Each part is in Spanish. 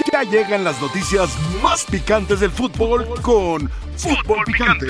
Ya llegan las noticias más picantes del fútbol con Fútbol Picante.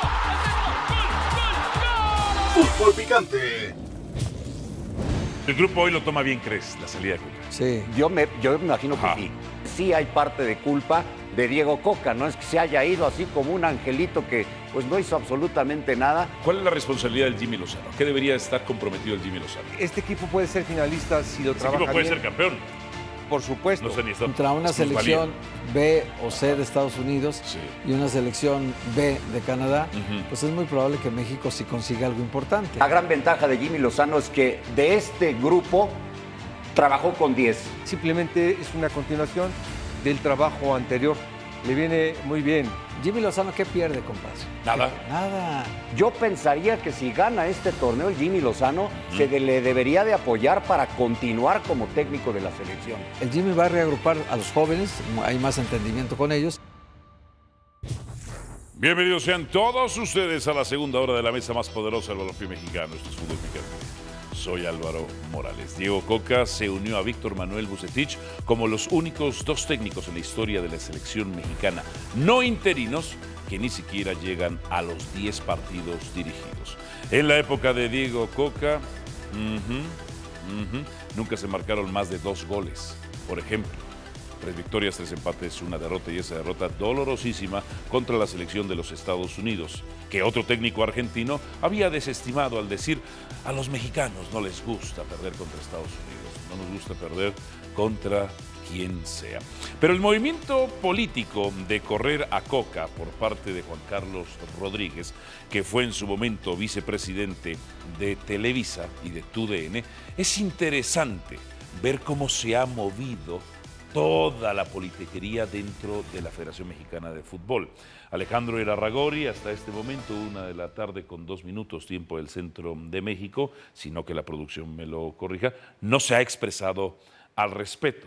Fútbol Picante. El grupo hoy lo toma bien, ¿crees? La salida de Coca. Sí. Yo me imagino que sí. Sí hay parte de culpa de Diego Coca, no es que se haya ido así como un angelito que pues no hizo absolutamente nada. ¿Cuál es la responsabilidad del Jimmy Lozano? ¿Qué debería estar comprometido el Jimmy Lozano? Este equipo puede ser finalista si lo Este trabaja equipo puede bien. ser campeón. Por supuesto. No sé ni está. Contra una selección B o C de Estados Unidos y una selección B de Canadá, pues es muy probable que México sí consiga algo importante. La gran ventaja de Jimmy Lozano es que de este grupo trabajó con 10. Simplemente es una continuación del trabajo anterior. Le viene muy bien. Jimmy Lozano, ¿qué pierde, compadre? Nada. Nada. Yo pensaría que si gana este torneo el Jimmy Lozano le debería de apoyar para continuar como técnico de la selección. El Jimmy va a reagrupar a los jóvenes, hay más entendimiento con ellos. Bienvenidos sean todos ustedes a la segunda hora de la mesa más poderosa del balompié mexicano. Esto es Fútbol Picante. Soy Álvaro Morales. Diego Coca se unió a Víctor Manuel Vucetich como los únicos dos técnicos en la historia de la selección mexicana, no interinos, que ni siquiera llegan a los 10 partidos dirigidos. En la época de Diego Coca, nunca se marcaron más de 2 goles. Por ejemplo, 3 victorias, 3 empates, 1 derrota, y esa derrota dolorosísima contra la selección de los Estados Unidos, que otro técnico argentino había desestimado al decir: a los mexicanos no les gusta perder contra Estados Unidos, no nos gusta perder contra quien sea. Pero el movimiento político de correr a Coca por parte de Juan Carlos Rodríguez, que fue en su momento vicepresidente de Televisa y de TUDN, es interesante ver cómo se ha movido toda la politiquería dentro de la Federación Mexicana de Fútbol. Alejandro Irarrágorri, hasta este momento, 1:00 p.m, con 2 minutos, tiempo del centro de México, sino que la producción me lo corrija, no se ha expresado al respecto.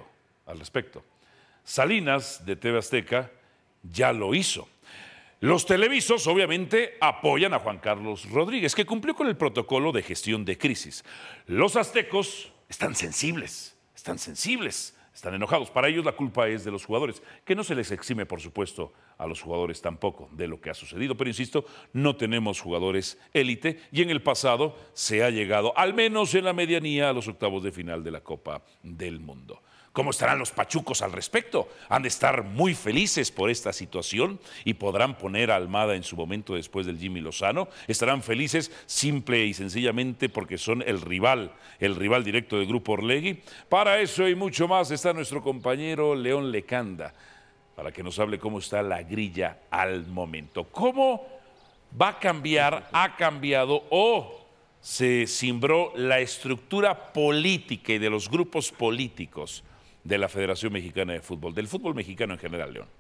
Salinas, de TV Azteca, ya lo hizo. Los televisos, obviamente, apoyan a Juan Carlos Rodríguez, que cumplió con el protocolo de gestión de crisis. Los aztecos están sensibles. Están enojados. Para ellos la culpa es de los jugadores, que no se les exime, por supuesto, a los jugadores tampoco de lo que ha sucedido. Pero insisto, no tenemos jugadores élite y en el pasado se ha llegado, al menos en la medianía, a los octavos de final de la Copa del Mundo. ¿Cómo estarán los pachucos al respecto? Han de estar muy felices por esta situación y podrán poner a Almada en su momento después del Jimmy Lozano. Estarán felices simple y sencillamente porque son el rival directo del Grupo Orlegui. Para eso y mucho más está nuestro compañero León Lecanda, para que nos hable cómo está la grilla al momento. ¿Cómo va a cambiar, ha cambiado o se cimbró la estructura política y de los grupos políticos de la Federación Mexicana de Fútbol, del fútbol mexicano en general, León?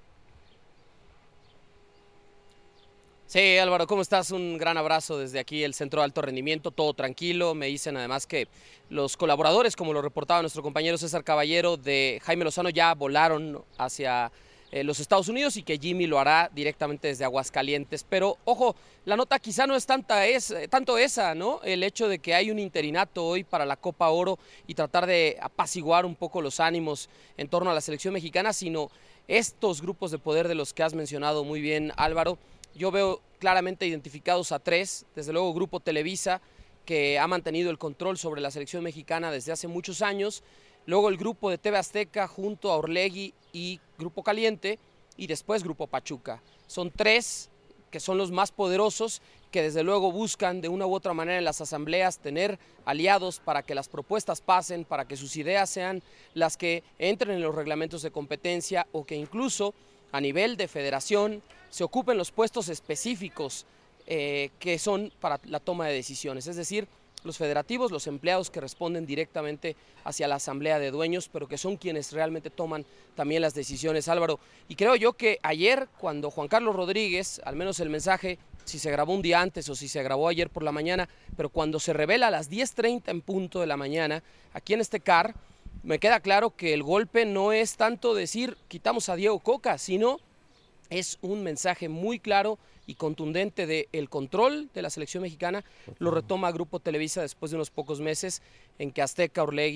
Sí, Álvaro, ¿cómo estás? Un gran abrazo desde aquí, el Centro de Alto Rendimiento, todo tranquilo. Me dicen además que los colaboradores, como lo reportaba nuestro compañero César Caballero, de Jaime Lozano, ya volaron hacia los Estados Unidos y que Jimmy lo hará directamente desde Aguascalientes. Pero, ojo, la nota quizá no es tanto esa, ¿no? El hecho de que hay un interinato hoy para la Copa Oro y tratar de apaciguar un poco los ánimos en torno a la selección mexicana, sino estos grupos de poder de los que has mencionado muy bien, Álvaro. Yo veo claramente identificados a 3, desde luego Grupo Televisa, que ha mantenido el control sobre la selección mexicana desde hace muchos años, luego el grupo de TV Azteca junto a Orlegui y Grupo Caliente, y después Grupo Pachuca. Son 3 que son los más poderosos, que desde luego buscan de una u otra manera en las asambleas tener aliados para que las propuestas pasen, para que sus ideas sean las que entren en los reglamentos de competencia o que incluso a nivel de federación se ocupen los puestos específicos que son para la toma de decisiones, es decir, los federativos, los empleados que responden directamente hacia la asamblea de dueños, pero que son quienes realmente toman también las decisiones, Álvaro. Y creo yo que ayer, cuando Juan Carlos Rodríguez, al menos el mensaje, si se grabó un día antes o si se grabó ayer por la mañana, pero cuando se revela a las 10:30 en punto de la mañana, aquí en este CAR, me queda claro que el golpe no es tanto decir quitamos a Diego Coca, sino es un mensaje muy claro y contundente de el control de la selección mexicana. Lo retoma Grupo Televisa después de unos pocos meses en que Azteca, Orlegui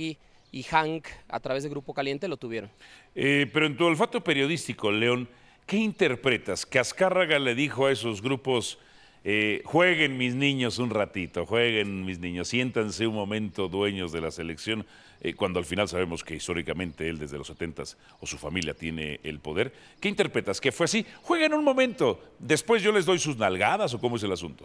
y Hank, a través de Grupo Caliente, lo tuvieron. Pero en tu olfato periodístico, León, ¿qué interpretas? Que Azcárraga le dijo a esos grupos, jueguen mis niños un ratito, jueguen mis niños, siéntanse un momento dueños de la selección, cuando al final sabemos que históricamente él desde los 70s o su familia tiene el poder. ¿Qué interpretas? ¿Que fue así? Jueguen un momento, después yo les doy sus nalgadas, ¿o cómo es el asunto?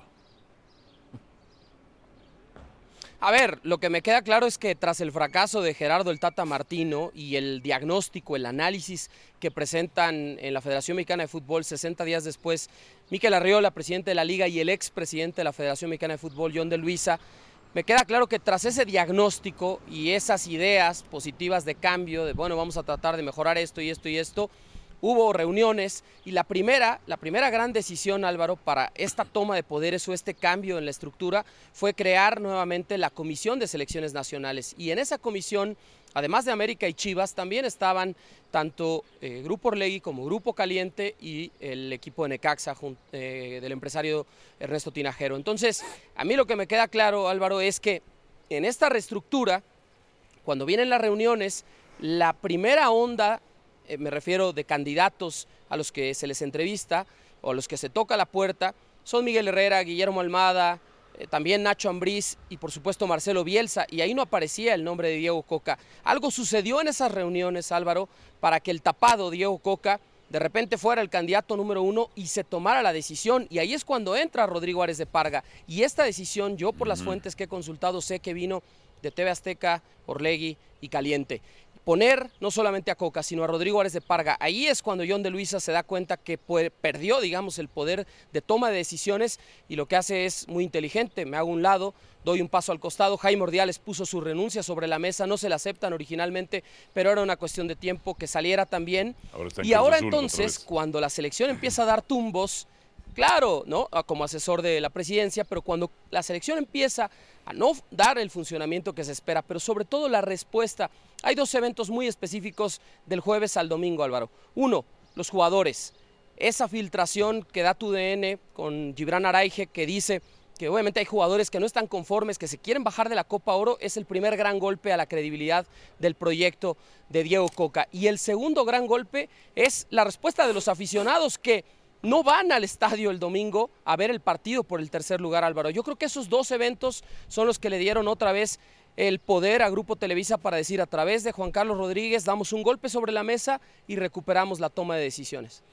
A ver, lo que me queda claro es que tras el fracaso de Gerardo el Tata Martino y el diagnóstico, el análisis que presentan en la Federación Mexicana de Fútbol 60 días después, Mikel Arriola, presidente de la Liga, y el expresidente de la Federación Mexicana de Fútbol, John de Luisa, me queda claro que tras ese diagnóstico y esas ideas positivas de cambio, de bueno, vamos a tratar de mejorar esto y esto y esto, hubo reuniones y la primera gran decisión, Álvaro, para esta toma de poderes o este cambio en la estructura fue crear nuevamente la Comisión de Selecciones Nacionales. Y en esa comisión, además de América y Chivas, también estaban tanto Grupo Orlegui como Grupo Caliente y el equipo de Necaxa del empresario Ernesto Tinajero. Entonces, a mí lo que me queda claro, Álvaro, es que en esta reestructura, cuando vienen las reuniones, la primera onda, me refiero de candidatos a los que se les entrevista o a los que se toca la puerta, son Miguel Herrera, Guillermo Almada, también Nacho Ambriz y por supuesto Marcelo Bielsa, y ahí no aparecía el nombre de Diego Coca. Algo sucedió en esas reuniones, Álvaro, para que el tapado Diego Coca de repente fuera el candidato número 1 y se tomara la decisión, y ahí es cuando entra Rodrigo Ares de Parga, y esta decisión, yo por las fuentes que he consultado sé que vino de TV Azteca, Orlegui y Caliente. Poner no solamente a Coca, sino a Rodrigo Ares de Parga. Ahí es cuando John de Luisa se da cuenta que perdió, digamos, el poder de toma de decisiones, y lo que hace es muy inteligente. Me hago un lado, doy un paso al costado. Jaime Ordiales puso su renuncia sobre la mesa, no se la aceptan originalmente, pero era una cuestión de tiempo que saliera también. Y ahora entonces, cuando la selección empieza a dar tumbos, claro, ¿no? Como asesor de la presidencia, pero cuando la selección empieza a no dar el funcionamiento que se espera, pero sobre todo la respuesta. Hay dos eventos muy específicos del jueves al domingo, Álvaro. Uno, los jugadores. Esa filtración que da TUDN con Gibran Araige, que dice que obviamente hay jugadores que no están conformes, que se quieren bajar de la Copa Oro, es el primer gran golpe a la credibilidad del proyecto de Diego Coca. Y el segundo gran golpe es la respuesta de los aficionados que no van al estadio el domingo a ver el partido por el tercer lugar, Álvaro. Yo creo que esos dos eventos son los que le dieron otra vez el poder a Grupo Televisa para decir, a través de Juan Carlos Rodríguez damos un golpe sobre la mesa y recuperamos la toma de decisiones.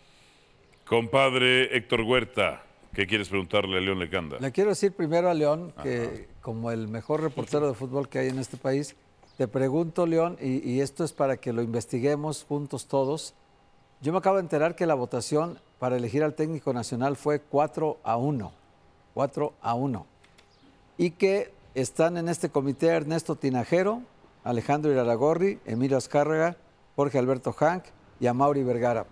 Compadre Héctor Huerta, ¿qué quieres preguntarle a León Lecanda? Le quiero decir primero a León que como el mejor reportero de fútbol que hay en este país, te pregunto, León, y esto es para que lo investiguemos juntos todos. Yo me acabo de enterar que la votación para elegir al técnico nacional fue 4-1. 4-1. Y que están en este comité Ernesto Tinajero, Alejandro Iraragorri, Emilio Azcárraga, Jorge Alberto Hank y Amaury Vergara.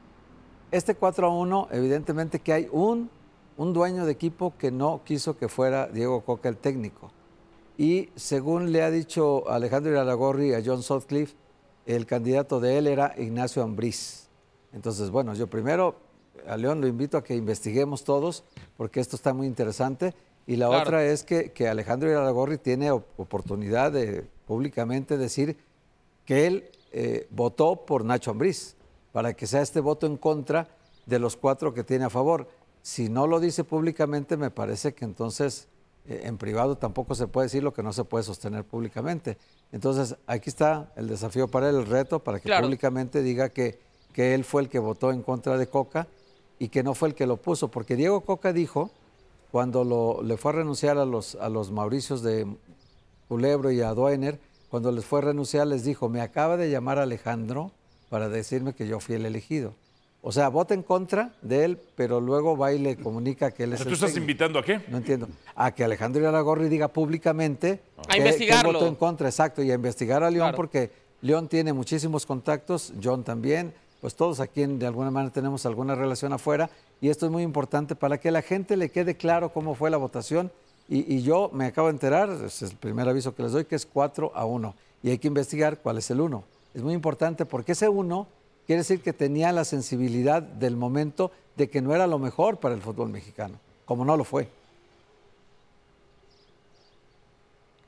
Este 4-1, evidentemente que hay un dueño de equipo que no quiso que fuera Diego Coca el técnico. Y según le ha dicho Alejandro Iraragorri a John Sutcliffe, el candidato de él era Ignacio Ambriz. Entonces, bueno, yo primero a León lo invito a que investiguemos todos, porque esto está muy interesante. Y la otra es que Alejandro Iraragorri tiene oportunidad de públicamente decir que él votó por Nacho Ambriz, para que sea este voto en contra de los 4 que tiene a favor. Si no lo dice públicamente, me parece que entonces en privado tampoco se puede decir lo que no se puede sostener públicamente. Entonces, aquí está el desafío para él, el reto, para que públicamente diga que él fue el que votó en contra de Coca y que no fue el que lo puso. Porque Diego Coca dijo, cuando le fue a renunciar a los Mauricios de Culebro y a Duener, cuando les fue a renunciar les dijo, me acaba de llamar Alejandro para decirme que yo fui el elegido. O sea, vota en contra de él, pero luego va y le comunica que él es el técnico. ¿Tú estás invitando a qué? No entiendo. A que Alejandro Iraragorri diga públicamente a investigarlo. Que votó en contra, exacto, y a investigar a León, porque León tiene muchísimos contactos, John también, pues todos aquí de alguna manera tenemos alguna relación afuera, y esto es muy importante para que a la gente le quede claro cómo fue la votación, y yo me acabo de enterar, es el primer aviso que les doy, que es 4-1, y hay que investigar cuál es el 1. Es muy importante porque ese 1 quiere decir que tenía la sensibilidad del momento de que no era lo mejor para el fútbol mexicano, como no lo fue.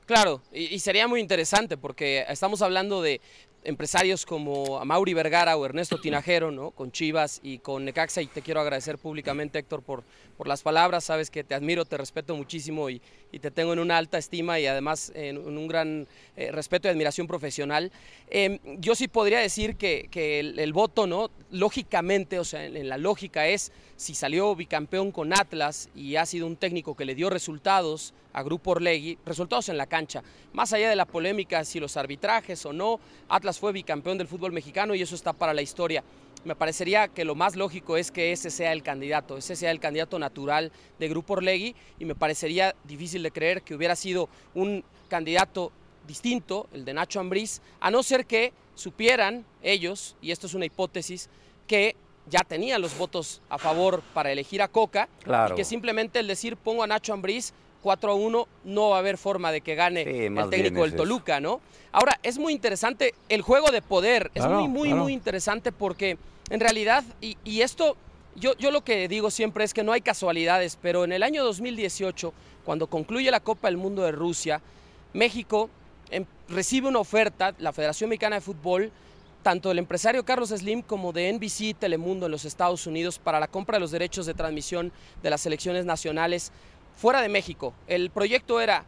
Claro, y sería muy interesante porque estamos hablando de empresarios como Amaury Vergara o Ernesto Tinajero, ¿no? Con Chivas y con Necaxa, y te quiero agradecer públicamente, Héctor, por las palabras. Sabes que te admiro, te respeto muchísimo y te tengo en una alta estima y además en un gran respeto y admiración profesional. Yo sí podría decir que el voto, ¿no? Lógicamente, o sea, en la lógica es, si salió bicampeón con Atlas y ha sido un técnico que le dio resultados a Grupo Orlegui, resultados en la cancha, más allá de la polémica si los arbitrajes o no, Atlas fue bicampeón del fútbol mexicano y eso está para la historia. Me parecería que lo más lógico es que ese sea el candidato natural de Grupo Orlegui, y me parecería difícil de creer que hubiera sido un candidato distinto, el de Nacho Ambriz, a no ser que supieran ellos, y esto es una hipótesis, que ya tenían los votos a favor para elegir a Coca, Claro. y que simplemente el decir pongo a Nacho Ambriz 4-1, no va a haber forma de que gane el técnico del Toluca, ¿no? Ahora, es muy interesante el juego de poder, Claro, es muy interesante porque en realidad, y esto, yo lo que digo siempre es que no hay casualidades, pero en el año 2018, cuando concluye la Copa del Mundo de Rusia, México recibe una oferta, la Federación Mexicana de Fútbol, tanto del empresario Carlos Slim como de NBC y Telemundo en los Estados Unidos, para la compra de los derechos de transmisión de las selecciones nacionales fuera de México. El proyecto era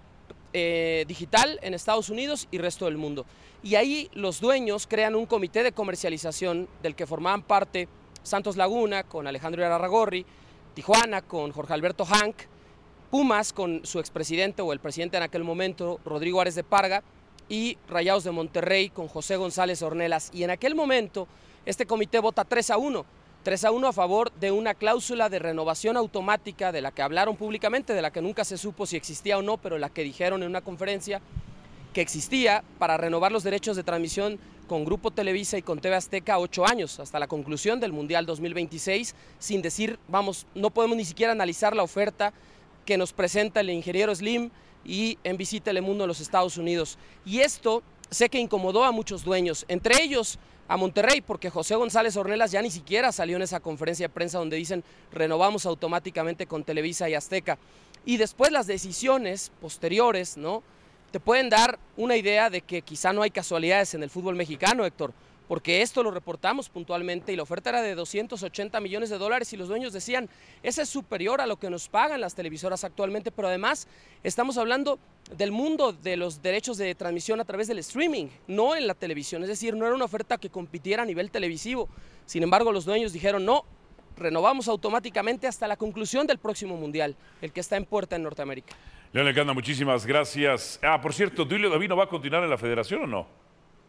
digital en Estados Unidos y resto del mundo. Y ahí los dueños crean un comité de comercialización del que formaban parte Santos Laguna con Alejandro Irarrágorri, Tijuana con Jorge Alberto Hank, Pumas con su expresidente o el presidente en aquel momento, Rodrigo Ares de Parga, y Rayados de Monterrey con José González Ornelas. Y en aquel momento este comité vota 3-1 a favor de una cláusula de renovación automática de la que hablaron públicamente, de la que nunca se supo si existía o no, pero la que dijeron en una conferencia que existía para renovar los derechos de transmisión con Grupo Televisa y con TV Azteca 8 años, hasta la conclusión del Mundial 2026, sin decir, vamos, no podemos ni siquiera analizar la oferta que nos presenta el ingeniero Slim y NBC Telemundo en los Estados Unidos. Y esto sé que incomodó a muchos dueños, entre ellos a Monterrey, porque José González Ornelas ya ni siquiera salió en esa conferencia de prensa donde dicen renovamos automáticamente con Televisa y Azteca. Y después las decisiones posteriores, ¿no?, te pueden dar una idea de que quizá no hay casualidades en el fútbol mexicano, Héctor, porque esto lo reportamos puntualmente y la oferta era de $280 millones y los dueños decían, ese es superior a lo que nos pagan las televisoras actualmente, pero además estamos hablando del mundo de los derechos de transmisión a través del streaming, no en la televisión, es decir, no era una oferta que compitiera a nivel televisivo. Sin embargo, los dueños dijeron, no, renovamos automáticamente hasta la conclusión del próximo Mundial, el que está en puerta en Norteamérica. León Lecanda, muchísimas gracias. Por cierto, ¿Duilio Davino va a continuar en la federación o no?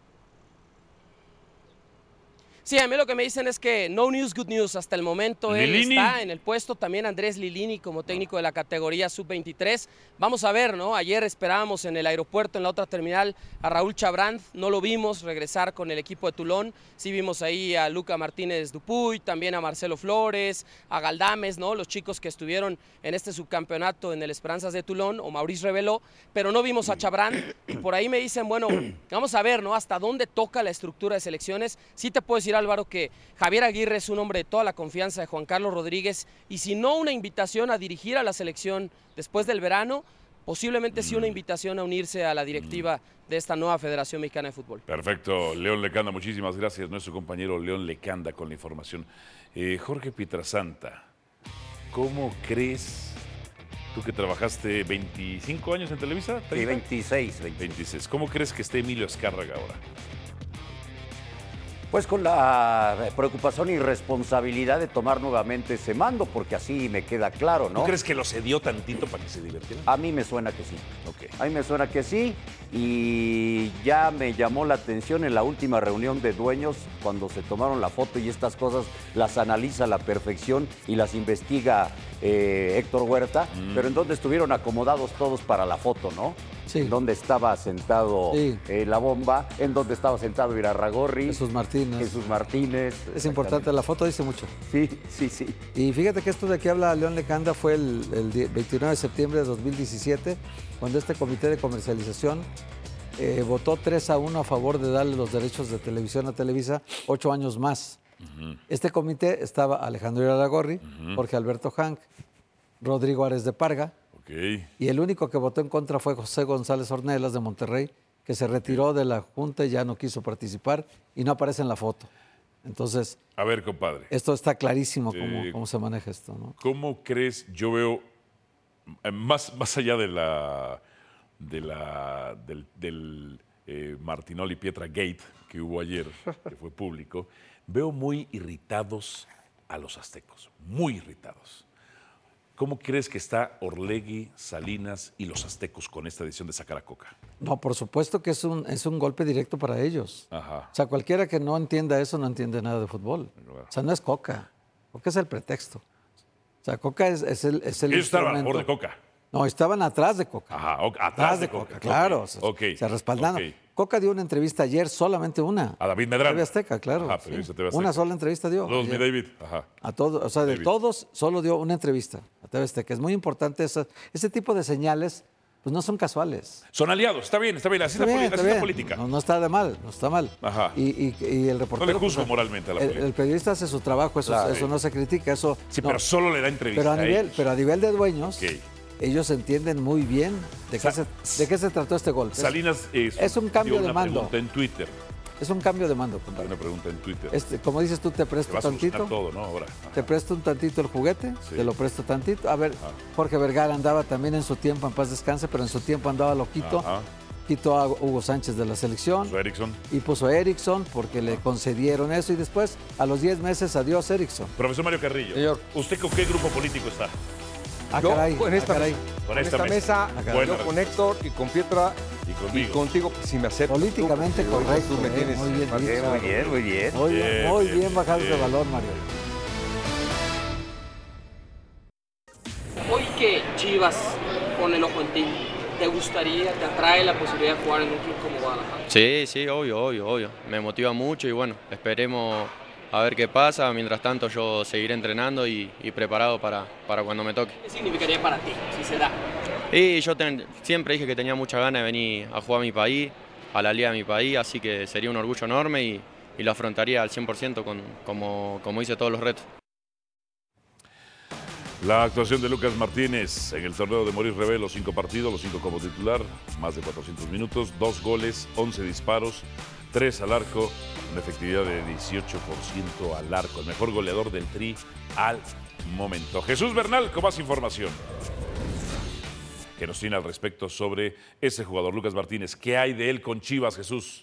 Sí, a mí lo que me dicen es que no news, good news. Hasta el momento Lilini. Él está en el puesto, también Andrés Lilini como técnico de la categoría sub-23. Vamos a ver, ¿no? Ayer esperábamos en el aeropuerto, en la otra terminal, a Raúl Chabrand. No lo vimos regresar con el equipo de Toulon. Sí vimos ahí a Luca Martínez Dupuy, también a Marcelo Flores, a Galdames, ¿no? Los chicos que estuvieron en este subcampeonato en el Esperanzas de Toulon, o Maurice Reveló, pero no vimos a Chabrand. Y por ahí me dicen, bueno, vamos a ver, ¿no? Hasta dónde toca la estructura de selecciones. Sí te puedo decir, Álvaro, que Javier Aguirre es un hombre de toda la confianza de Juan Carlos Rodríguez, y si no una invitación a dirigir a la selección después del verano, posiblemente sí una invitación a unirse a la directiva de esta nueva Federación Mexicana de Fútbol. Perfecto, León Lecanda, muchísimas gracias. Nuestro compañero León Lecanda con la información. Jorge Pietrasanta, ¿cómo crees, tú que trabajaste 25 años en Televisa? Sí, 26. 26. ¿Cómo crees que esté Emilio Azcárraga ahora? Pues con la preocupación y responsabilidad de tomar nuevamente ese mando, porque así me queda claro, ¿no? ¿Tú crees que lo cedió tantito para que se divirtiera? A mí me suena que sí. Ok. A mí me suena que sí, y ya me llamó la atención en la última reunión de dueños, cuando se tomaron la foto y estas cosas las analiza a la perfección y las investiga Héctor Huerta, pero en donde estuvieron acomodados todos para la foto, ¿no? Sí. En donde estaba sentado Sí. La Bomba, en donde estaba sentado Irarrágorri, Jesús Martínez. Es importante, la foto dice mucho. Sí. Y fíjate que esto de que habla León Lecanda fue el 29 de septiembre de 2017, cuando este comité de comercialización votó 3-1 a favor de darle los derechos de televisión a Televisa 8 años más. Este comité estaba Alejandro Irarrágorri, Jorge Alberto Hank, Rodrigo Ares de Parga, Ok. Y el único que votó en contra fue José González Ornelas de Monterrey, que se retiró de la Junta y ya no quiso participar y no aparece en la foto. Entonces, A ver, compadre. esto está clarísimo Sí. cómo se maneja esto, ¿no? ¿Cómo crees? Yo veo más allá del Martinoli Pietra Gate que hubo ayer, que fue público, veo muy irritados a los aztecos, muy irritados. ¿Cómo crees que está Orlegui, Salinas y los aztecos con esta decisión de sacar a Coca? No, por supuesto que es un golpe directo para ellos. Ajá. O sea, cualquiera que no entienda eso no entiende nada de fútbol. O sea, no es Coca. Coca es el pretexto. O sea, Coca es el Ellos estaban a favor de Coca. No, estaban atrás de Coca. Ajá, atrás de Coca. Claro. Ok. Se respaldando. Ok. Coca dio una entrevista ayer, solamente una. A David Medrano. TV Azteca, claro. Ajá, periodista TV Azteca. Una sola entrevista dio. Todos, mi ayer. David. Ajá. A todos, o sea, de David. todos, solo dio una entrevista a TV Azteca. Es muy importante ese tipo de señales, pues no son casuales. Son aliados, está bien. Así Está bien, es la política. No está de mal, no está mal. Ajá. Y el reportero. No le juzgo moralmente a la política. El periodista hace su trabajo, eso no se critica, eso. Sí, no. pero solo le da entrevista Pero a nivel de dueños, Ok. ellos entienden muy bien de qué se trató este golpe. Salinas es un cambio dio de una mando. pregunta en Twitter. Es un cambio de mando, compadre. Una pregunta en Twitter. Como dices tú, te Se presto va a solucionar tantito. todo, ¿no? Ahora. Ajá. Te presto un tantito el juguete, Sí. te lo presto tantito. A ver, Jorge Vergara andaba también en su tiempo, en paz descanse, pero en su tiempo andaba loquito. Ajá. Quitó a Hugo Sánchez de la selección Puso Erickson. y puso a Erickson porque le concedieron eso y después, a los 10 meses, adiós Erickson. Profesor Mario Carrillo. Señor. ¿Usted con qué grupo político está? Ah, Yo, caray, en esta, caray. Con en esta esta mesa, Buena yo con respuesta. Héctor y con Pietra Y y conmigo. contigo, si me aceptas. Políticamente tú, porque correcto, tú me tienes muy bien más- dicho. Muy bien, muy bien. Muy Bien, bien bajado bien. de valor, Mario. Hoy que Chivas pone el ojo en ti, ¿te gustaría, te atrae la posibilidad de jugar en un club como Guadalajara? Sí, obvio. Me motiva mucho y bueno, esperemos a ver qué pasa. Mientras tanto yo seguiré entrenando y preparado para cuando me toque. ¿Qué significaría para ti si se da? Y yo siempre dije que tenía mucha ganas de venir a jugar a mi país, a la liga de mi país, así que sería un orgullo enorme y lo afrontaría al 100% como hice todos los retos. La actuación de Lucas Martínez en el torneo de Moris Rebelo, 5 partidos, los 5 como titular, más de 400 minutos, 2 goles, 11 disparos, 3 al arco, una efectividad de 18% al arco, el mejor goleador del Tri al momento. Jesús Bernal con más información que nos tiene al respecto sobre ese jugador, Lucas Martínez. ¿Qué hay de él con Chivas, Jesús?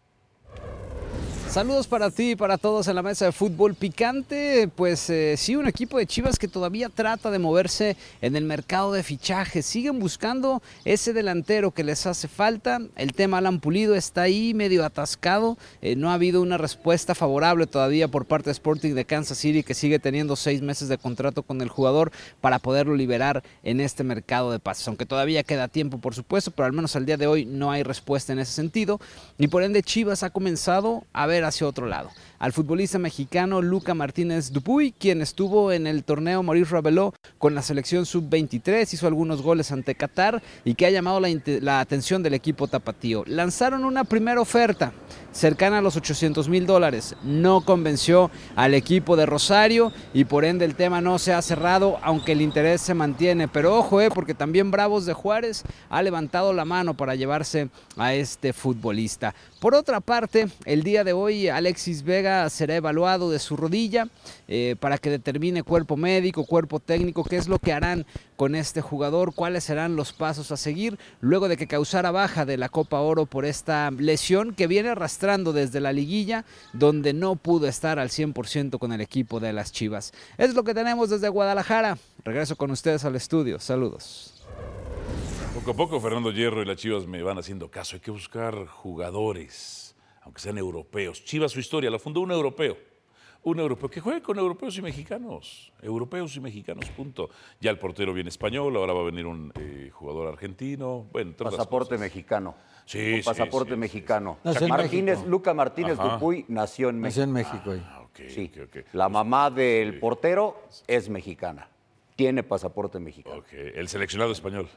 Saludos para ti y para todos en la mesa de fútbol picante. Pues sí, un equipo de Chivas que todavía trata de moverse en el mercado de fichajes. Siguen buscando ese delantero que les hace falta. El tema Alan Pulido está ahí medio atascado. No ha habido una respuesta favorable todavía por parte de Sporting de Kansas City, que sigue teniendo 6 meses de contrato con el jugador para poderlo liberar en este mercado de pases. Aunque todavía queda tiempo, por supuesto, pero al menos al día de hoy no hay respuesta en ese sentido. Y por ende Chivas ha comenzado a ver hacia otro lado. Al futbolista mexicano Luca Martínez Dupuy, quien estuvo en el torneo Maurice Ravelot con la selección sub-23, hizo algunos goles ante Qatar y que ha llamado la atención del equipo tapatío. Lanzaron una primera oferta cercana a los $800,000. No convenció al equipo de Rosario y por ende el tema no se ha cerrado, aunque el interés se mantiene. Pero ojo, porque también Bravos de Juárez ha levantado la mano para llevarse a este futbolista. Por otra parte, el día de hoy Alexis Vega será evaluado de su rodilla para que determine cuerpo médico, cuerpo técnico, qué es lo que harán con este jugador, cuáles serán los pasos a seguir luego de que causara baja de la Copa Oro por esta lesión que viene arrastrando desde la liguilla, donde no pudo estar al 100% con el equipo de las Chivas. Es lo que tenemos desde Guadalajara. Regreso con ustedes al estudio. Saludos. Poco a poco Fernando Hierro y las Chivas me van haciendo caso. Hay que buscar jugadores, aunque sean europeos. Chivas, su historia la fundó un europeo que juegue con europeos y mexicanos. Europeos y mexicanos, punto. Ya el portero viene español, ahora va a venir un jugador argentino. Bueno, entre otras Pasaporte cosas. mexicano. Sí, Un pasaporte sí. mexicano. Nació en Martínez, México. Luca Martínez Ajá. Dupuy nació en Nació México. en México. Ah, ok, Sí. ok. La mamá del portero es mexicana. Tiene pasaporte mexicano. Ok, el seleccionado español.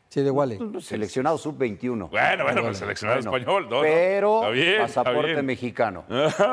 Sí, de Wally. Seleccionado sub-21. Bueno, pues seleccionado español. No, pero está bien, pasaporte está bien. mexicano.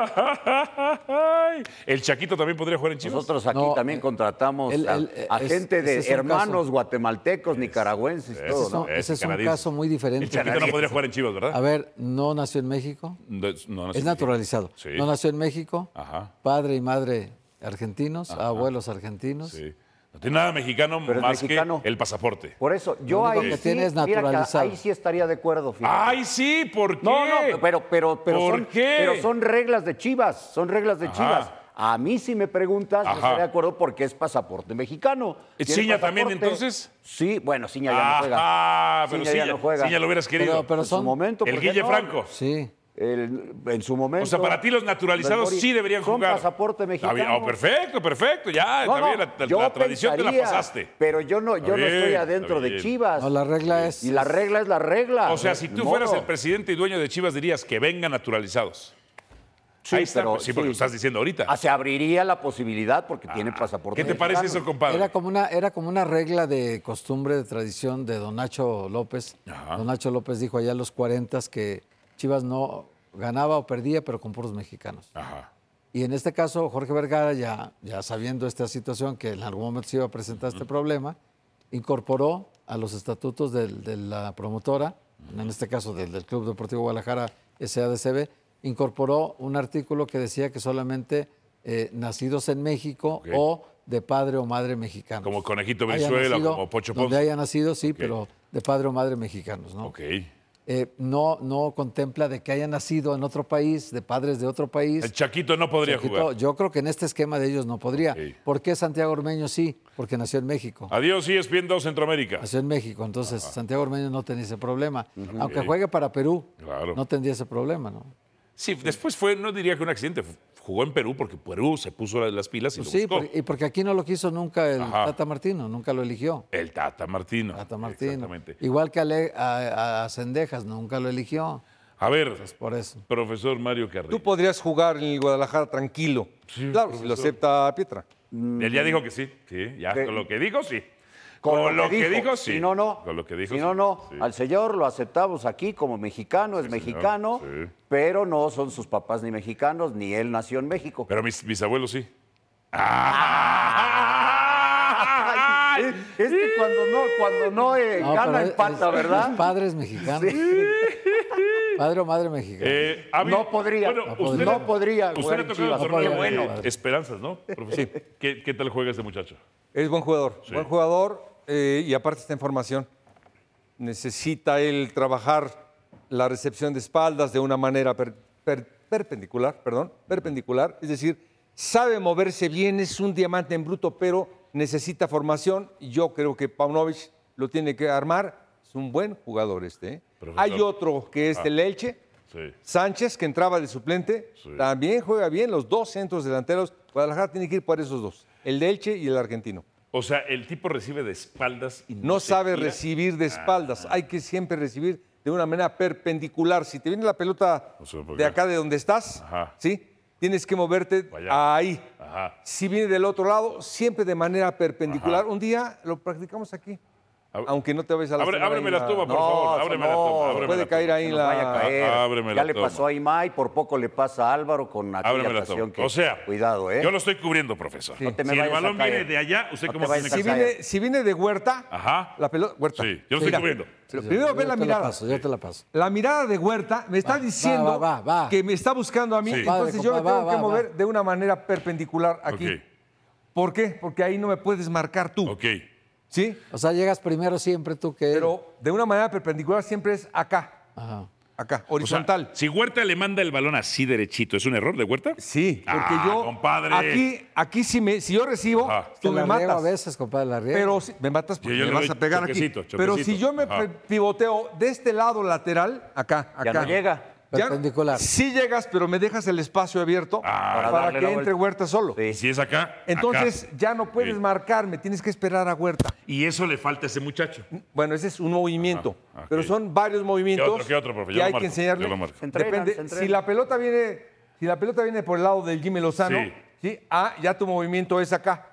El Chaquito también podría jugar en Chivas. Nosotros aquí también contratamos a gente de ese es un hermanos caso. guatemaltecos, nicaragüenses, todo, ¿no? Ese es un canadiense. caso muy diferente. El Chaquito no podría jugar en Chivas, ¿verdad? A ver, no nació en México. No, Es naturalizado. Sí. No nació en México. Ajá. Padre y madre argentinos, abuelos argentinos. Sí. No tiene nada mexicano Pero es más mexicano. que el pasaporte. Por eso, yo Lo único ahí que sí, tiene es mira que naturalizado. ahí sí estaría de acuerdo, fíjate. ¡Ay, sí! ¿Por qué? No, pero ¿Por qué? pero son reglas de Chivas, son reglas de Chivas. A mí si me preguntas, yo Ajá. estaría de acuerdo porque es pasaporte mexicano. ¿Tiene ¿Ciña también, pasaporte? entonces? Sí, bueno, Ciña ya no juega. Ah, pero Ciña ya no juega. Ciña lo hubieras querido. Pero En su son momento, el ¿por qué Guille no? Franco. Sí. En su momento. O sea, para ti los naturalizados Mori, sí deberían son jugar. pasaporte mexicano. Está bien. Oh, perfecto. Ya, No, está bien. yo La tradición te la pensaría, pasaste. Pero yo no Está estoy bien, adentro está de bien. Chivas. No, la regla es. Y la regla es la regla. O sea, si tú Ni fueras modo. el presidente y dueño de Chivas, dirías que vengan naturalizados. Sí, Ahí está, pero pues sí, porque lo estás diciendo ahorita. Se abriría la posibilidad porque tiene pasaporte ¿Qué te parece mexicano. eso, compadre? Era como una regla de costumbre, de tradición de don Nacho López. Ajá. Don Nacho López dijo allá en los 40 que Chivas no ganaba o perdía, pero con puros mexicanos. Ajá. Y en este caso, Jorge Vergara, ya sabiendo esta situación, que en algún momento se iba a presentar este problema, incorporó a los estatutos de la promotora, en este caso del Club Deportivo Guadalajara SADCB, incorporó un artículo que decía que solamente nacidos en México Ok. o de padre o madre mexicanos. Como Conejito Haya Venezuela, nacido como Pocho Donde Ponce. haya nacido, sí, pero de padre o madre mexicanos, ¿no? Ok. No contempla de que haya nacido en otro país, de padres de otro país. El Chaquito no podría Chaquito, jugar. yo creo que en este esquema de ellos no podría. Sí. ¿Por qué Santiago Ormeño sí? Porque nació en México. Adiós, ESPN 2 Centroamérica. Nació en México, entonces Santiago Ormeño no tenía ese problema. Aunque juegue para Perú, Claro. no tendría ese problema, ¿no? Sí, después fue, no diría que un accidente, jugó en Perú porque Perú se puso las pilas y Pues lo sí, buscó. y porque aquí no lo quiso nunca el Ajá. Tata Martino, nunca lo eligió. El Tata Martino. Tata Martino. Exactamente. Igual que a Cendejas, nunca lo eligió. A ver, Por eso. profesor Mario Carrillo. Tú podrías jugar en el Guadalajara tranquilo. Claro, si lo acepta Pietra. Él ya dijo que sí. Sí, ya ¿Qué? con lo que dijo, sí. Con lo que dijo, sí. Si no, no. Con lo que dijo, Si no, sí. no. Sí. Al señor lo aceptamos aquí como mexicano, es mexicano, sí. pero no son sus papás ni mexicanos, ni él nació en México. Pero mis abuelos sí. Es que cuando no No, gana pero empata, ¿verdad? Los padres mexicanos. Padre o madre mexicana. No podría. No podría Usted jugar le en tocó Chivas. el torneo No podría. de Esperanzas, ¿no, profesor? ¿Qué tal juega este muchacho? Es buen jugador, Sí. buen jugador y aparte está en formación. Necesita él trabajar la recepción de espaldas de una manera perpendicular, es decir, sabe moverse bien, es un diamante en bruto, pero necesita formación y yo creo que Paunovic lo tiene que armar. Es un buen jugador este. Profesor. Hay otro que es del Elche, Sí. Sánchez, que entraba de suplente, Sí. también juega bien, los dos centros delanteros. Guadalajara tiene que ir por esos dos, el de Elche y el argentino. O sea, el tipo recibe de espaldas y No se sabe gira. recibir de espaldas, hay que siempre recibir de una manera perpendicular. Si te viene la pelota No sé por de qué. acá de donde estás, Ajá. ¿sí? Tienes que moverte Allá. ahí. Ajá. Si viene del otro lado, siempre de manera perpendicular. Un día lo practicamos aquí. Aunque no te vayas a la Ábreme la toma, por favor. Ábreme la toma. ábreme puede la caer toma. ahí Que en nos vaya a la... caer. Ábreme Ya la le toma. pasó a Imai, por poco le pasa a Álvaro con aquella Ábreme la toma. ocasión que... O sea, Cuidado, ¿eh? yo lo estoy cubriendo, profesor. No te me Si el vayas a balón caer. viene de allá, ¿usted No cómo te vayas tiene a que caer. Si viene de Huerta, Ajá. la pelota... Huerta. Sí, yo lo estoy Mira, cubriendo. pero primero ve la mirada. Yo te la paso. La mirada de Huerta me está diciendo va. que me está buscando a mí, Sí. entonces Padre, yo me compa, tengo que va. mover de una manera perpendicular aquí. Ok. ¿Por qué? Porque ahí no me puedes marcar tú, Ok. ¿sí? O sea, llegas primero siempre tú que él. Pero de una manera perpendicular siempre es acá, Ajá. acá, O sea, horizontal. si Huerta le manda el balón así derechito, ¿es un error de Huerta? Sí, porque Ah, yo compadre. aquí si yo recibo, Ajá. Que tú me la riego matas. a veces, compadre, la riego. Pero me matas porque Yo me le vas doy a pegar choquecito, aquí. Pero si choquecito. yo me Ajá. pivoteo de este lado lateral, acá. Ya no llega. Ya- Perpendicular. Sí llegas, pero me dejas el espacio abierto Ah, para darle que la entre vuelta. Huerta solo. Y si es acá, Entonces acá. ya no puedes Sí. marcarme, tienes que esperar a Huerta. Y eso le falta a ese muchacho. Bueno, ese es un movimiento, Ajá, ok. pero son varios movimientos ¿Qué otro, profe? Yo que lo hay marco, que enseñarle. yo lo marco. Se entrenan, Depende, se entrenan. si la pelota viene por el lado del Jimmy Lozano, Sí. ¿sí? Ya tu movimiento es acá.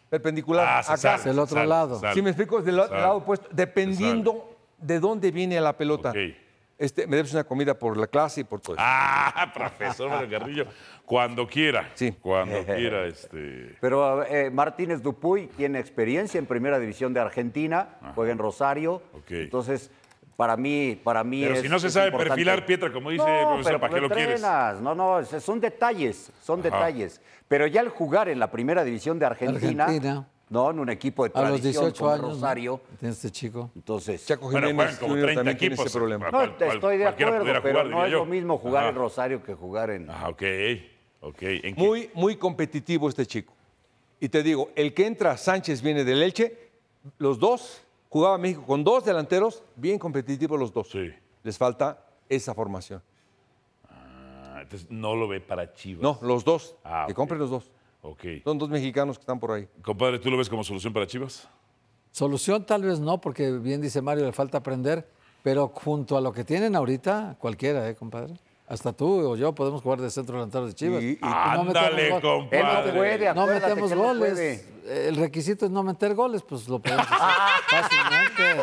perpendicular. Se acá. sale, Es el otro sale, lado. sale. Si me explico, es del Sale. lado opuesto, dependiendo de dónde viene la pelota. Ok. Me debes una comida por la clase y por todo eso. Profesor Mario Carrillo, cuando quiera. Sí. Cuando quiera. Pero Martínez Dupuy tiene experiencia en Primera División de Argentina, juega en Rosario. Ok. Entonces, para mí Pero es, si no se es sabe importante. perfilar, Pietra, como dice el No, profesor, pero ¿para qué lo quieres? entrenas. No, son detalles, detalles. Pero ya al jugar en la Primera División de Argentina, no en un equipo de A los tradición 18 como años, Rosario, ¿no? Tiene este chico. entonces... Chaco Bueno, Jiménez juegan como Jr. 30 también tiene equipos. ese problema. No, estoy de cualquiera acuerdo, pudiera pero jugar, no diría es yo. lo mismo jugar Ajá. en Rosario que jugar en... Ok. ¿En qué? Muy competitivo este chico. Y te digo, el que entra, Sánchez, viene del Elche. Los dos, jugaba México con 2 delanteros, bien competitivos los dos. Sí. Les falta esa formación. Entonces no lo ve para Chivas. No, los dos. Ah, Que ok. compren los dos. Ok. Son 2 mexicanos que están por ahí. Compadre, ¿tú lo ves como solución para Chivas? Solución tal vez no, porque bien dice Mario, le falta aprender, pero junto a lo que tienen ahorita, cualquiera, compadre. Hasta tú o yo podemos jugar de centro delantero de Chivas. Y- y- no Ándale, metemos gol. compadre. Él no puede, No acuérdate metemos que él no goles. puede. El requisito es no meter goles, pues lo podemos hacer fácilmente.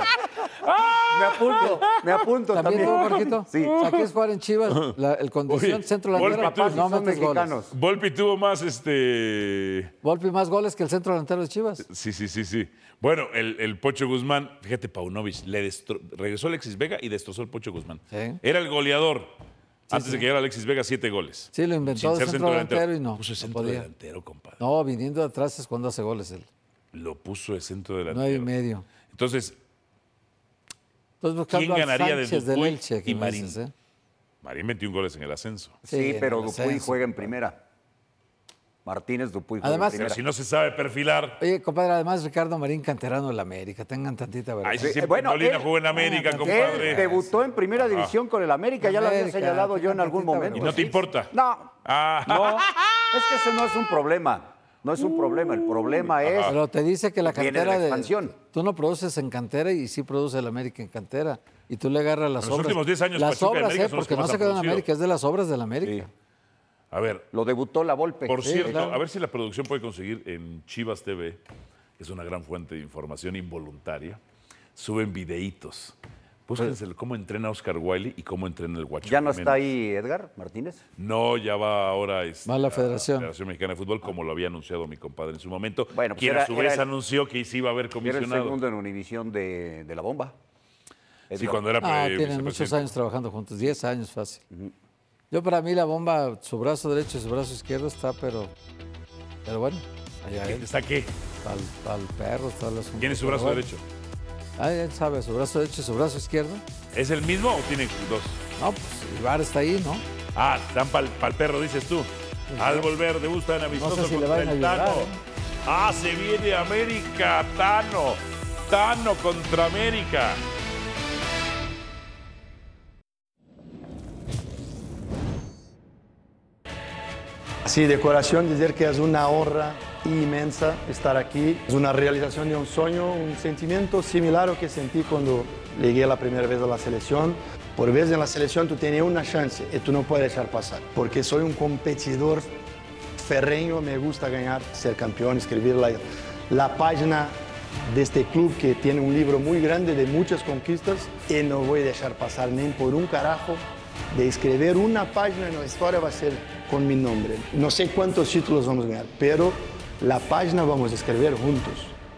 Me apunto ¿También tú, Jorgito? Sí. O sea, ¿quieres jugar en Chivas? El condición Oye, centro delantero, Volpi, tú- no son metes mexicanos. goles. Volpi tuvo más Volpi más goles que el centro delantero de Chivas. Sí. Bueno, el Pocho Guzmán, fíjate, Paunovic, regresó Alexis Vega y destrozó el Pocho Guzmán. Sí. Era el goleador. Antes de que llegara Alexis Vega, 7 goles. Sí, lo inventó Sin de ser centro delantero y no. Puso de no centro podía. delantero, compadre. No, viniendo de atrás es cuando hace goles él. Lo puso de centro delantero. 9.5. Entonces, Entonces buscando ¿quién al ganaría de Sánchez del Dupuy Elche, que y me Marín? dices, ¿eh? Marín 21 goles en el ascenso. Sí, en pero el Dupuy ascenso, juega en primera. Martínez Dupuy juega Además- en Pero primera. si no se sabe perfilar. Oye, compadre, además Ricardo Marín, canterano del América. Tengan tantita verdad. Ahí sí, siempre bueno, Molina él- jugó en América, Él compadre. Él debutó en primera división con el América, ya lo había América, señalado yo en algún tantita momento. ¿Y no te sí. importa? No, Ah, es que ese no es un problema. No es un problema. El problema es Pero te dice que la Viene de cantera la de... expansión. Tú no produces en cantera y sí produce el América en cantera. Y tú le agarras las En los obras. últimos 10 años, las Pachuca y obras, América son los porque que no más se han quedó en producido. América, es de las obras del América. a ver, lo debutó la Volpe. por cierto, claro. a ver si la producción puede conseguir en Chivas TV, que es una gran fuente de información involuntaria, suben videitos. Búsquense cómo entrena Oscar Wiley y cómo entrena el Guacho ¿Ya no Jiménez. está ahí Edgar Martínez? No, ya va ahora Va a la a Federación. Federación Mexicana de Fútbol, como lo había anunciado mi compadre en su momento, Bueno, pues quien era- a su era vez el- anunció que sí iba a haber Era el comisionado. segundo en Univisión de la Bomba. Sí, Edgar. cuando era Tienen muchos vicepresidente. años trabajando juntos, 10 años fácil. Yo para mí la bomba, su brazo derecho y su brazo izquierdo está, pero bueno, allá él, ¿Está qué? para el perro, está el asunto. ¿Quién es su Pero brazo bueno. derecho? Él sabe, su brazo derecho y su brazo izquierdo. ¿Es el mismo o tiene dos? No, pues Ibar está ahí, ¿no? Ah, están para el perro, dices tú. Al volver, debustan amistoso No sé si le contra vayan a el Tano. ayudar, Ah, se viene América, Tano. Tano contra América. Sí, de corazón decir que es una honra inmensa estar aquí. Es una realización de un sueño, un sentimiento similar al que sentí cuando llegué la primera vez a la selección. Por vez en la selección tú tenías una chance y tú no puedes dejar pasar. Porque soy un competidor ferreño, me gusta ganar, ser campeón, escribir la página de este club que tiene un libro muy grande de muchas conquistas y no voy a dejar pasar ni por un carajo de escribir una página en la historia va a ser con mi nombre. No sé cuántos títulos vamos a ganar, pero la página vamos a escribir juntos.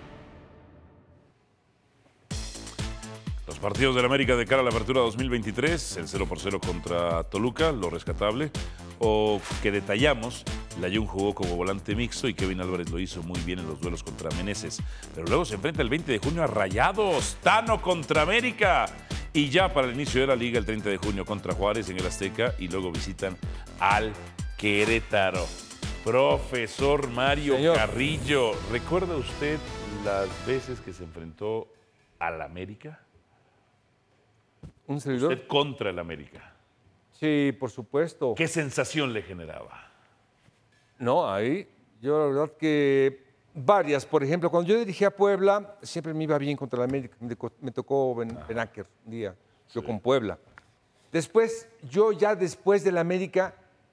Los partidos del América de cara a la apertura 2023, el 0-0 contra Toluca, lo rescatable, o que detallamos, Layún jugó como volante mixto y Kevin Álvarez lo hizo muy bien en los duelos contra Meneses. Pero luego se enfrenta el 20 de junio a Rayados, Tano contra América. Y ya para el inicio de la liga, el 30 de junio contra Juárez en el Azteca y luego visitan al Querétaro. Profesor Mario Señor. Carrillo, ¿recuerda usted las veces que se enfrentó al América? ¿Un servidor? Usted contra el América. Sí, por supuesto. ¿Qué sensación le generaba? No, ahí yo la verdad que varias. Por ejemplo, cuando yo dirigí a Puebla, siempre me iba bien contra la América. Me tocó Benáquer un día, yo con Puebla. Después, yo ya después de la América,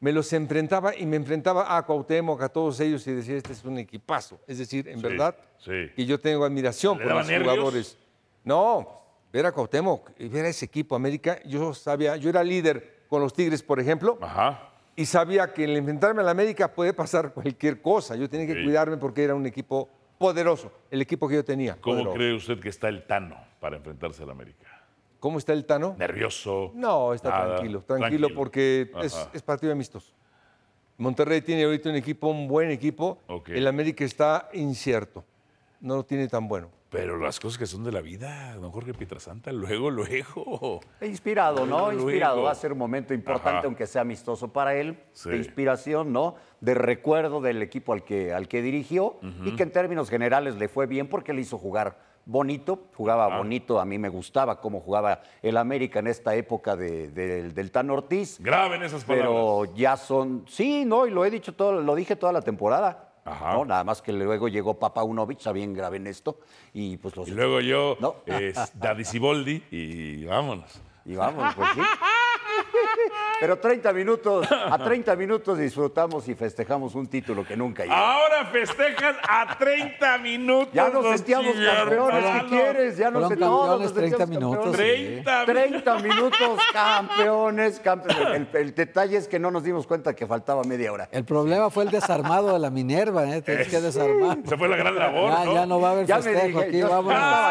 me los enfrentaba y me enfrentaba a Cuauhtémoc, a todos ellos y decía, este es un equipazo. Es decir, en verdad, que yo tengo admiración por los jugadores. No, ver a Cuauhtémoc y ver a ese equipo América, yo era líder con los Tigres, por ejemplo, y sabía que al enfrentarme a la América puede pasar cualquier cosa. Yo tenía que cuidarme porque era un equipo poderoso, el equipo que yo tenía. ¿Cómo poderoso. cree usted que está el Tano para enfrentarse al América? ¿Cómo está el Tano? ¿Nervioso? No, está nada. tranquilo porque es partido amistoso. Monterrey tiene ahorita un buen equipo. Okay. El América está incierto, no lo tiene tan bueno. Pero las cosas que son de la vida, don Jorge Pietrasanta, luego. Inspirado, ¿no? Luego. Inspirado. Va a ser un momento importante, aunque sea amistoso para él. Sí. De inspiración, ¿no? De recuerdo del equipo al que dirigió y que en términos generales le fue bien porque le hizo jugar bonito, jugaba bonito. A mí me gustaba cómo jugaba el América en esta época del Tan Ortiz. Graben esas palabras. Pero ya son... Sí, no, y lo dije toda la temporada. ¿No? Nada más que luego llegó Paunovic, bien grave en esto. Y pues y luego yo, ¿no? Daddy Siboldi, y vámonos. Y vámonos, pues sí. Pero 30 minutos disfrutamos y festejamos un título que nunca llegó. Ahora festejan a 30 minutos. Ya nos sentíamos campeones, ¿qué quieres? Ya nos sentíamos 30 minutos. 30 minutos campeones. El detalle es que no nos dimos cuenta que faltaba media hora. El problema fue el desarmado de la Minerva, Tienes que desarmar. Esa fue la gran labor, ya no va a haber festejo aquí, vamos.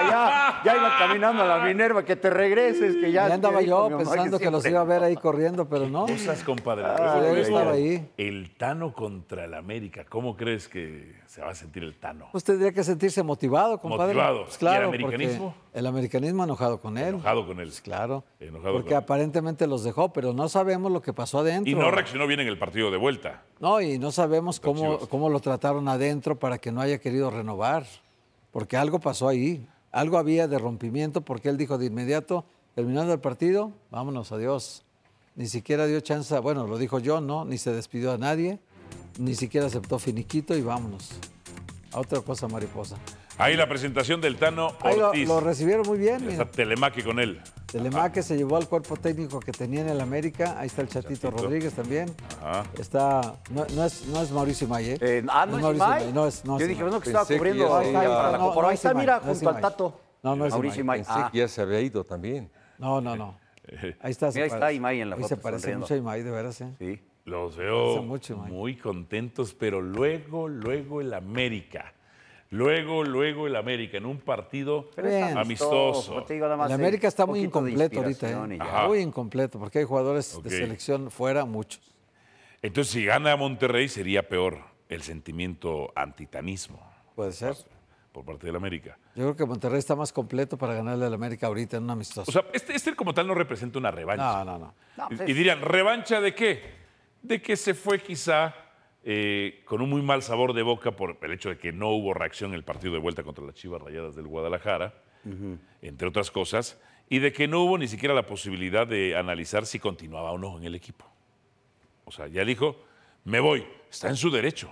Ya iba caminando a la Minerva, que te regreses, que ya... Ya andaba yo pensando que los iba a ver ahí corriendo, pero no. Cosas, compadre. Estaba ahí. El Tano contra el América. ¿Cómo crees que se va a sentir el Tano? Pues tendría que sentirse motivado, compadre. Motivado. Pues claro, ¿Y el americanismo? El americanismo enojado con él. Enojado con él. Pues claro. Enojado porque con él. Aparentemente los dejó, pero no sabemos lo que pasó adentro. Y no reaccionó bien en el partido de vuelta. No, y no sabemos cómo lo trataron adentro para que no haya querido renovar. Porque algo pasó ahí. Algo había de rompimiento porque él dijo de inmediato, terminando el partido, vámonos, adiós. Ni siquiera dio chance, bueno, lo dijo yo, ¿no? Ni se despidió a nadie, ni siquiera aceptó finiquito y vámonos. A otra cosa mariposa. Ahí la presentación del Tano Ortiz. Ahí lo recibieron muy bien. Está Telemaque con él. Telemaque se llevó al cuerpo técnico que tenía en el América. Ahí está el Chatito Rodríguez también. Está, no es Mauricio May, ¿no es May? No, yo dije, bueno, que estaba cubriendo para la Copa. Ahí está, mira, junto al Tato. No es Mauricio May. Pensé que ya se había ido también. No. Ahí está. Mira, ahí está Imay en la foto. Ahí se parece sonriendo. mucho a Imay, de veras, Sí. Los veo muy contentos, pero luego el América. Luego el América en un partido amistoso. El América está muy incompleto ahorita. Muy incompleto, porque hay jugadores de selección fuera, muchos. Entonces, si gana Monterrey, sería peor el sentimiento antitanismo. Puede ser. Por parte del América. Yo creo que Monterrey está más completo para ganarle al América ahorita en un amistoso. O sea, este como tal no representa una revancha. No. Y dirían, ¿revancha de qué? De que se fue quizá con un muy mal sabor de boca por el hecho de que no hubo reacción en el partido de vuelta contra las Chivas Rayadas del Guadalajara, entre otras cosas, y de que no hubo ni siquiera la posibilidad de analizar si continuaba o no en el equipo. O sea, ya dijo, me voy. Está en su derecho.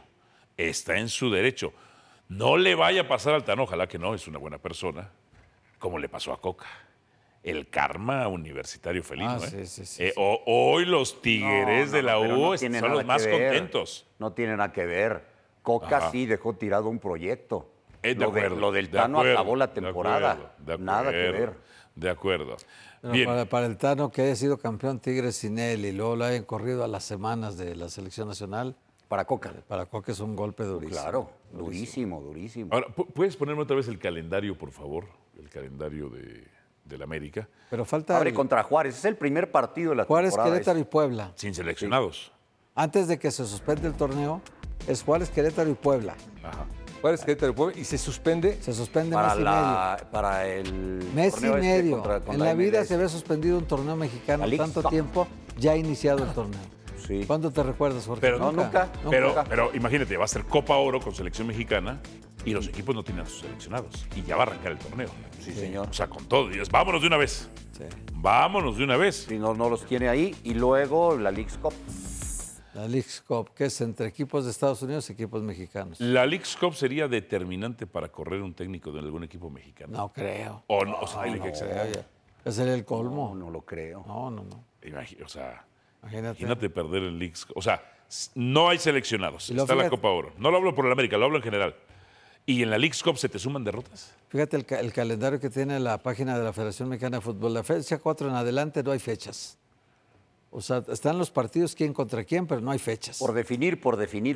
No le vaya a pasar al Tano, ojalá que no, es una buena persona, como le pasó a Coca. El karma universitario felino. Sí. Hoy los Tigres de la U son los más contentos. No tiene nada que ver. Coca sí dejó tirado un proyecto. Lo del Tano acabó la temporada. Nada que ver. De acuerdo. Bien. Para el Tano, que haya sido campeón Tigres sin él y luego lo hayan corrido a las semanas de la selección nacional. Para Coca. Para Coca es un golpe durísimo. Claro, durísimo. Ahora, ¿puedes ponerme otra vez el calendario, por favor? El calendario del América. Pero falta... Abre contra Juárez. Es el primer partido de la Juárez, temporada. Querétaro y Puebla. Sin seleccionados. Antes de que se suspende el torneo, es Juárez, Querétaro y Puebla. Ajá. Juárez, Querétaro y Puebla. ¿Y se suspende? Se suspende para mes y medio. Para el mes y medio. Contra en la vida MLS. se había suspendido un torneo mexicano tanto tiempo, ya ha iniciado el torneo. Sí. ¿Cuándo te recuerdas, Jorge? Pero nunca. Pero imagínate, va a ser Copa Oro con selección mexicana y los equipos no tienen a sus seleccionados. Y ya va a arrancar el torneo. Sí, señor. O sea, con todo. Dios, vámonos de una vez. Sí. Vámonos de una vez. Si no los tiene ahí. Y luego la Leagues Cup. La Leagues Cup, que es entre equipos de Estados Unidos y equipos mexicanos. ¿La Leagues Cup sería determinante para correr un técnico de algún equipo mexicano? No creo. O sea, tiene que Ese sería el colmo. No lo creo. No. O sea, Imagínate perder el Leagues Cup. O sea, no hay seleccionados. Está la Copa Oro. No lo hablo por el América, lo hablo en general. ¿Y en la Leagues Cup se te suman derrotas? Fíjate el calendario que tiene la página de la Federación Mexicana de Fútbol. La fecha 4 en adelante no hay fechas. O sea, están los partidos quién contra quién, pero no hay fechas. Por definir todo.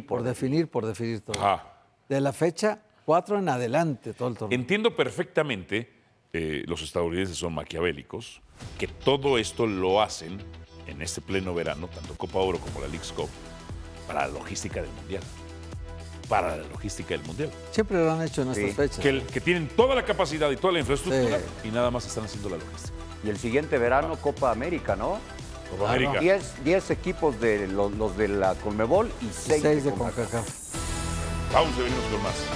Ajá. De la fecha 4 en adelante todo el torneo. Entiendo perfectamente, los estadounidenses son maquiavélicos, que todo esto lo hacen en este pleno verano, tanto Copa Oro como la Leagues Cup, para la logística del Mundial. Siempre lo han hecho en estas fechas. Que tienen toda la capacidad y toda la infraestructura y nada más están haciendo la logística. Y el siguiente verano, Copa América, ¿no? Copa América. 10 equipos de los de la Conmebol y 6 de CONCACAF. Pausa y venimos con más.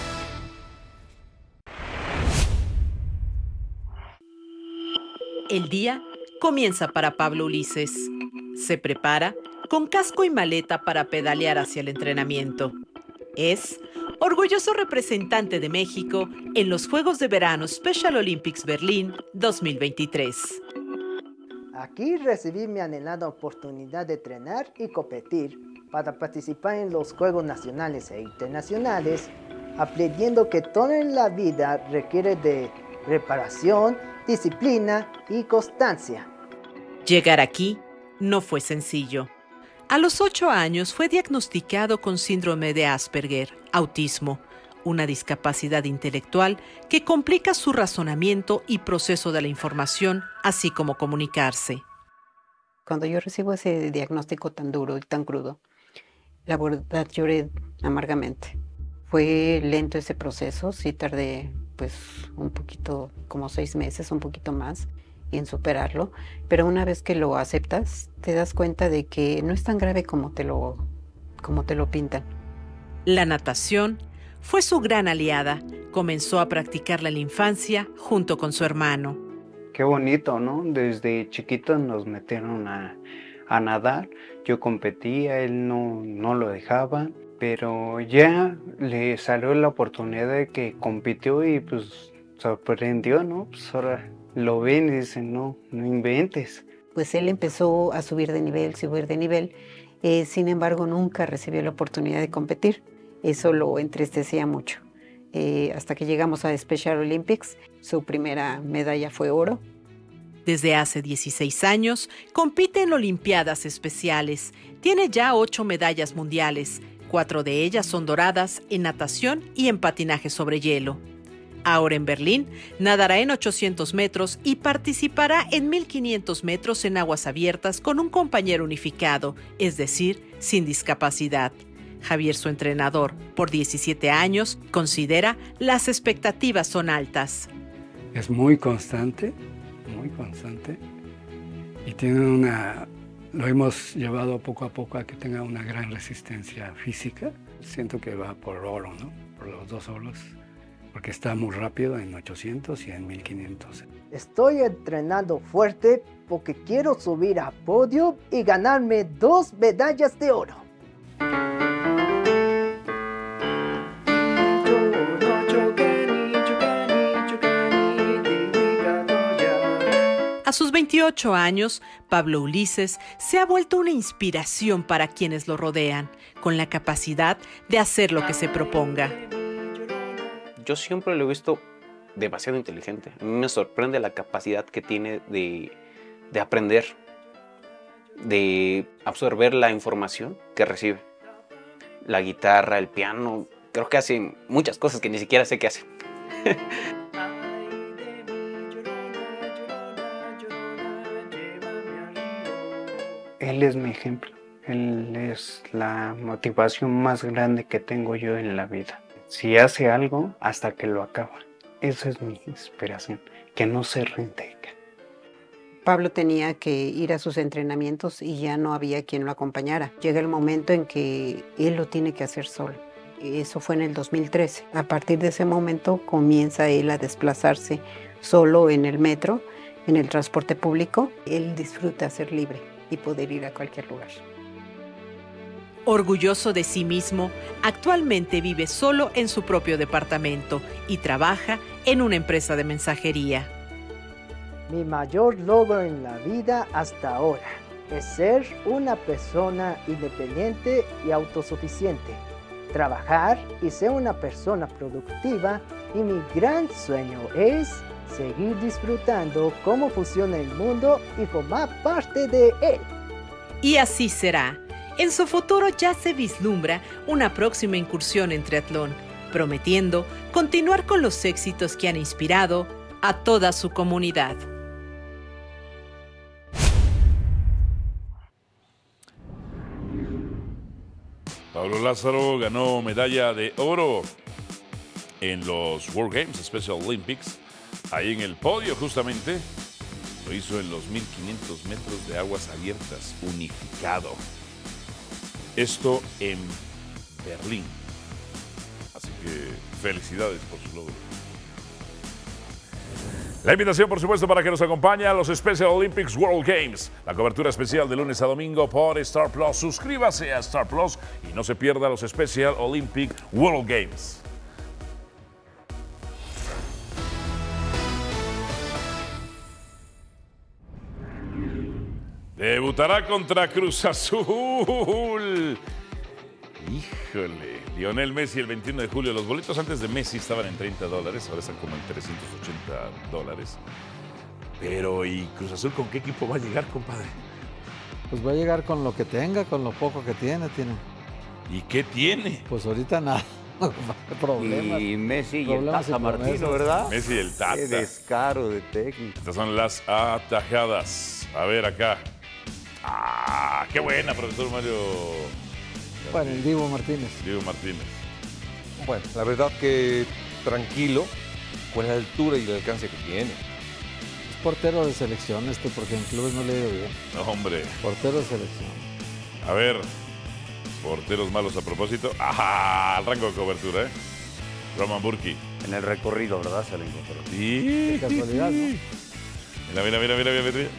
El día comienza para Pablo Ulises. Se prepara con casco y maleta para pedalear hacia el entrenamiento. Es orgulloso representante de México en los Juegos de Verano Special Olympics Berlín 2023. Aquí recibí mi anhelada oportunidad de entrenar y competir para participar en los Juegos Nacionales e Internacionales, aprendiendo que todo en la vida requiere de preparación, disciplina y constancia. Llegar aquí no fue sencillo. A los 8 años fue diagnosticado con síndrome de Asperger, autismo, una discapacidad intelectual que complica su razonamiento y proceso de la información, así como comunicarse. Cuando yo recibo ese diagnóstico tan duro y tan crudo, la verdad lloré amargamente. Fue lento ese proceso, sí tardé un poquito, como 6 meses, un poquito más, en superarlo, pero una vez que lo aceptas, te das cuenta de que no es tan grave como te lo pintan. La natación fue su gran aliada. Comenzó a practicarla en la infancia junto con su hermano. Qué bonito, ¿no? Desde chiquitos nos metieron a nadar. Yo competía, él no lo dejaba, pero ya le salió la oportunidad de que compitió y pues sorprendió, ¿no? Pues ahora lo ven y dicen, no inventes. Pues él empezó a subir de nivel, sin embargo nunca recibió la oportunidad de competir. Eso lo entristecía mucho. Hasta que llegamos a Special Olympics, su primera medalla fue oro. Desde hace 16 años compite en Olimpiadas Especiales. Tiene ya 8 medallas mundiales, 4 de ellas son doradas en natación y en patinaje sobre hielo. Ahora en Berlín, nadará en 800 metros y participará en 1500 metros en aguas abiertas con un compañero unificado, es decir, sin discapacidad. Javier, su entrenador, por 17 años, considera las expectativas son altas. Es muy constante y tiene lo hemos llevado poco a poco a que tenga una gran resistencia física. Siento que va por oro, ¿no? Por los 2 oros. Porque está muy rápido en 800 y en 1500. Estoy entrenando fuerte porque quiero subir a podio y ganarme 2 medallas de oro. A sus 28 años, Pablo Ulises se ha vuelto una inspiración para quienes lo rodean, con la capacidad de hacer lo que se proponga. Yo siempre lo he visto demasiado inteligente. A mí me sorprende la capacidad que tiene de aprender, de absorber la información que recibe. La guitarra, el piano, creo que hace muchas cosas que ni siquiera sé qué hace. Él es mi ejemplo. Él es la motivación más grande que tengo yo en la vida. Si hace algo, hasta que lo acaba. Esa es mi inspiración, que no se rinde. Pablo tenía que ir a sus entrenamientos y ya no había quien lo acompañara. Llega el momento en que él lo tiene que hacer solo. Eso fue en el 2013. A partir de ese momento comienza él a desplazarse solo en el metro, en el transporte público. Él disfruta ser libre y poder ir a cualquier lugar. Orgulloso de sí mismo, actualmente vive solo en su propio departamento y trabaja en una empresa de mensajería. Mi mayor logro en la vida hasta ahora es ser una persona independiente y autosuficiente, trabajar y ser una persona productiva, y mi gran sueño es seguir disfrutando cómo funciona el mundo y formar parte de él. Y así será. En su futuro ya se vislumbra una próxima incursión en triatlón, prometiendo continuar con los éxitos que han inspirado a toda su comunidad. Pablo Lázaro ganó medalla de oro en los World Games Special Olympics, ahí en el podio justamente. Lo hizo en los 1500 metros de aguas abiertas, unificado. Esto en Berlín. Así que felicidades por su logro. La invitación, por supuesto, para que nos acompañe a los Special Olympics World Games. La cobertura especial de lunes a domingo por Star Plus. Suscríbase a Star Plus y no se pierda los Special Olympic World Games. Debutará contra Cruz Azul. Híjole, Lionel Messi el 21 de julio. Los boletos antes de Messi estaban en $30, ahora están como en $380. Pero, ¿y Cruz Azul con qué equipo va a llegar, compadre? Pues va a llegar con lo que tenga, con lo poco que tiene. ¿Y qué tiene? Pues ahorita nada. Problemas. Y Messi y el Tata Martino, ¿verdad? Messi y el Tata. Qué descaro de técnico. Estas son las atajadas. A ver acá. ¡Ah! ¡Qué buena, profesor Mario! Bueno, el Divo Martínez. Divo Martínez. Bueno, la verdad que tranquilo con la altura y el alcance que tiene. Es portero de selección porque en clubes no le ha ido bien. No, hombre. Portero de selección. A ver, porteros malos a propósito. ¡Ajá! Al rango de cobertura, ¿eh? Roman Burki. En el recorrido, ¿verdad? Se le encontró. Sí. Qué casualidad, ¿no? Mira.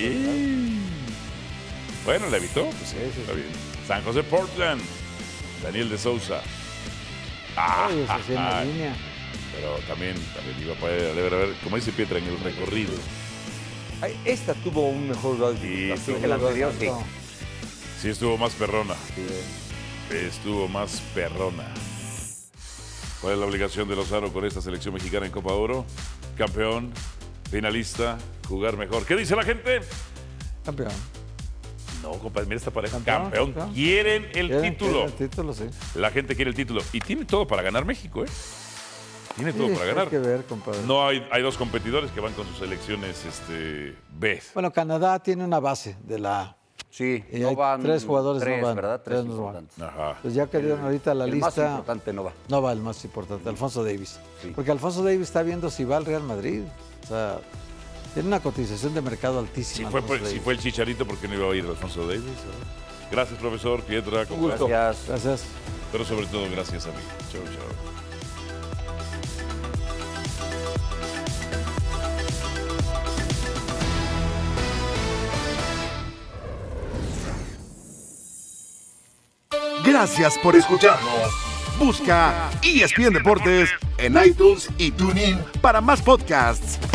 Bueno, ¿la evitó? Pues sí, está bien. San José Portland. Daniel de Sousa. Ay, eso sí en la línea. Pero también iba a poder, a ver, como dice Pietra, en el recorrido. Ay, esta tuvo un mejor grado de Sí, que la anterior, sí. Sí, estuvo más perrona. Sí. Estuvo más perrona. ¿Cuál es la obligación de Lozano con esta selección mexicana en Copa Oro? Campeón, finalista, jugar mejor. ¿Qué dice la gente? Campeón. No, compadre, mira esta pareja. Campeón. Quieren el título. El título, sí. La gente quiere el título. Y tiene todo para ganar México, ¿eh? Tiene todo para ganar. Hay que ver, compadre. No hay dos competidores que van con sus selecciones B. Bueno, Canadá tiene una base de la A. Sí, y hay tres jugadores no van. ¿verdad? Tres no van. Ajá. Pues ya que dieron ahorita la lista. El más importante no va. No va el más importante, Alfonso Davies. Sí. Porque Alfonso Davies está viendo si va al Real Madrid. O sea, tiene una cotización de mercado altísima. Si fue el Chicharito, ¿por qué no iba a ir Alfonso Davies? Gracias, profesor Pietra. Un gusto. Gracias. Pero sobre todo, gracias a mí. Chau. Gracias por escucharnos. Busca ESPN Deportes en iTunes y TuneIn para más podcasts.